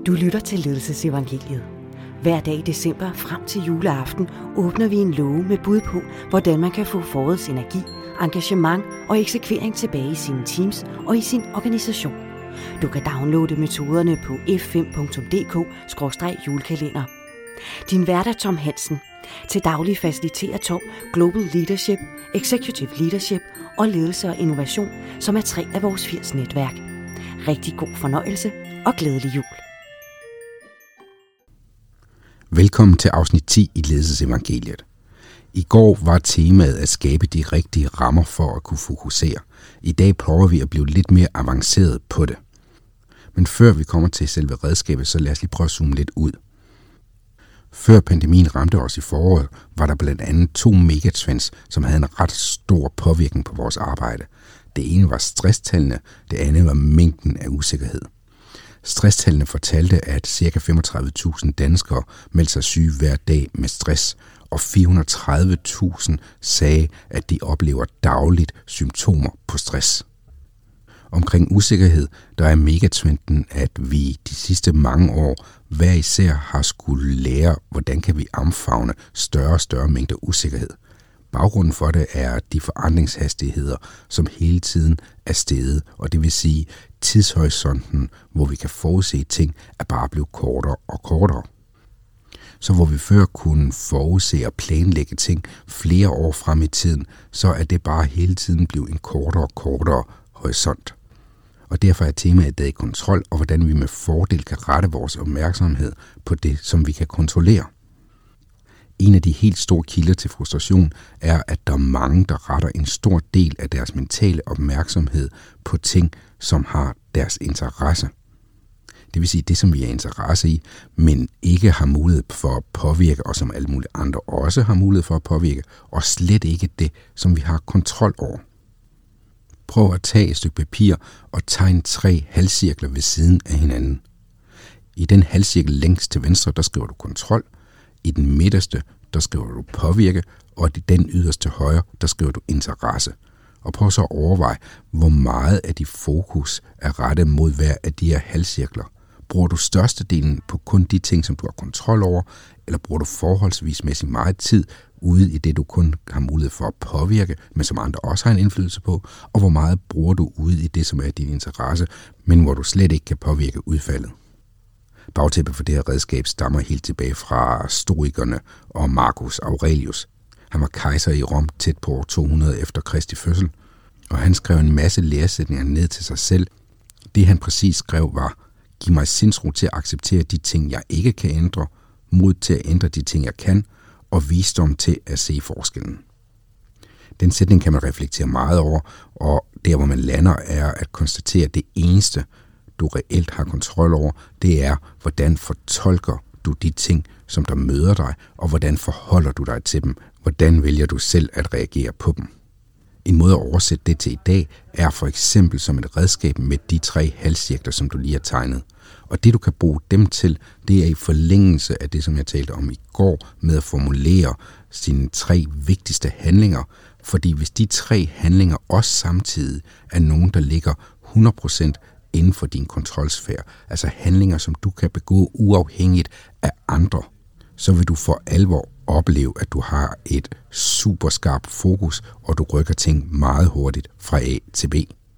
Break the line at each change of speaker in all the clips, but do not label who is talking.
Du lytter til Ledelsesevangeliet. Hver dag i december frem til juleaften åbner vi en låge med bud på, hvordan man kan få forårets energi, engagement og eksekvering tilbage i sine teams og i sin organisation. Du kan downloade metoderne på f5.dk/julekalender. Din vært er Tom Hansen. Til daglig faciliterer Tom Global Leadership, Executive Leadership og Ledelse og Innovation, som er 3 af vores 80 netværk. Rigtig god fornøjelse og glædelig jul.
Velkommen til afsnit 10 i Ledelsesevangeliet. I går var temaet at skabe de rigtige rammer for at kunne fokusere. I dag prøver vi at blive lidt mere avanceret på det. Men før vi kommer til selve redskabet, så lad os lige prøve at zoome lidt ud. Før pandemien ramte os i foråret, var der blandt andet 2 megatrends, som havde en ret stor påvirkning på vores arbejde. Det ene var stresstallene, det andet var mængden af usikkerhed. Stresstallene fortalte, at ca. 35.000 danskere meldte sig syge hver dag med stress, og 430.000 sagde, at de oplever dagligt symptomer på stress. Omkring usikkerhed, der er megatrenden, at vi de sidste mange år hver især har skulle lære, hvordan kan vi omfavne større og større mængder usikkerhed. Baggrunden for det er de forandringshastigheder, som hele tiden er steget, og det vil sige tidshorisonten, hvor vi kan forudse ting, er bare blevet kortere og kortere. Så hvor vi før kunne forudse og planlægge ting flere år frem i tiden, så er det bare hele tiden blevet en kortere og kortere horisont. Og derfor er temaet i dag kontrol, og hvordan vi med fordel kan rette vores opmærksomhed på det, som vi kan kontrollere. En af de helt store kilder til frustration er, at der er mange, der retter en stor del af deres mentale opmærksomhed på ting, som har deres interesse. Det vil sige det, som vi har interesse i, men ikke har mulighed for at påvirke, og som alle mulige andre også har mulighed for at påvirke, og slet ikke det, som vi har kontrol over. Prøv at tage et stykke papir og tegne 3 halvcirkler ved siden af hinanden. I den halvcirkel længst til venstre, der skriver du kontrol. I den midterste, der skriver du påvirke, og i den yderste højre, der skriver du interesse. Og prøv så at overveje, hvor meget af dit fokus er rettet mod hver af de her halvcirkler. Bruger du størstedelen på kun de ting, som du har kontrol over, eller bruger du forholdsvis meget tid ude i det, du kun har mulighed for at påvirke, men som andre også har en indflydelse på, og hvor meget bruger du ude i det, som er din interesse, men hvor du slet ikke kan påvirke udfaldet. Bagtæppet for det her redskab stammer helt tilbage fra stoikerne og Marcus Aurelius. Han var kejser i Rom tæt på år 200 efter Kristi fødsel, og han skrev en masse læresætninger ned til sig selv. Det han præcis skrev var: giv mig sindsro til at acceptere de ting, jeg ikke kan ændre, mod til at ændre de ting, jeg kan, og visdom til at se forskellen. Den sætning kan man reflektere meget over, og der hvor man lander er at konstatere, at det eneste, du reelt har kontrol over, det er, hvordan fortolker du de ting, som der møder dig, og hvordan forholder du dig til dem, hvordan vælger du selv at reagere på dem. En måde at oversætte det til i dag er for eksempel som et redskab med de 3 halvcirkler, som du lige har tegnet. Og det du kan bruge dem til, det er i forlængelse af det, som jeg talte om i går, med at formulere sine 3 vigtigste handlinger. Fordi hvis de 3 handlinger også samtidig er nogen, der ligger 100% inden for din kontrolsfære, altså handlinger, som du kan begå uafhængigt af andre, så vil du for alvor opleve, at du har et super skarpt fokus, og du rykker ting meget hurtigt fra A til B.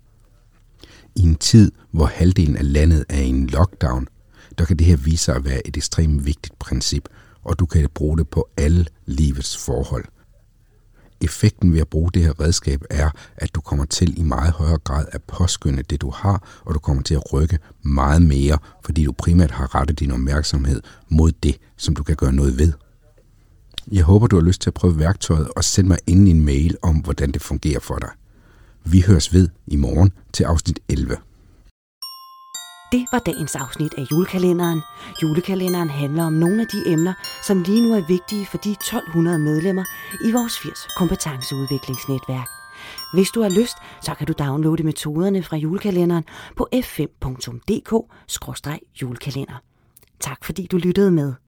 I en tid, hvor halvdelen af landet er i en lockdown, der kan det her vise sig at være et ekstremt vigtigt princip, og du kan bruge det på alle livets forhold. Effekten ved at bruge det her redskab er, at du kommer til i meget højere grad at påskynde det, du har, og du kommer til at rykke meget mere, fordi du primært har rettet din opmærksomhed mod det, som du kan gøre noget ved. Jeg håber, du har lyst til at prøve værktøjet og send mig endelig en mail om, hvordan det fungerer for dig. Vi høres ved i morgen til afsnit 11.
Det var dagens afsnit af julekalenderen. Julekalenderen handler om nogle af de emner, som lige nu er vigtige for de 1200 medlemmer i vores 80 kompetenceudviklingsnetværk. Hvis du har lyst, så kan du downloade metoderne fra julekalenderen på f5.dk/julekalender. Tak fordi du lyttede med.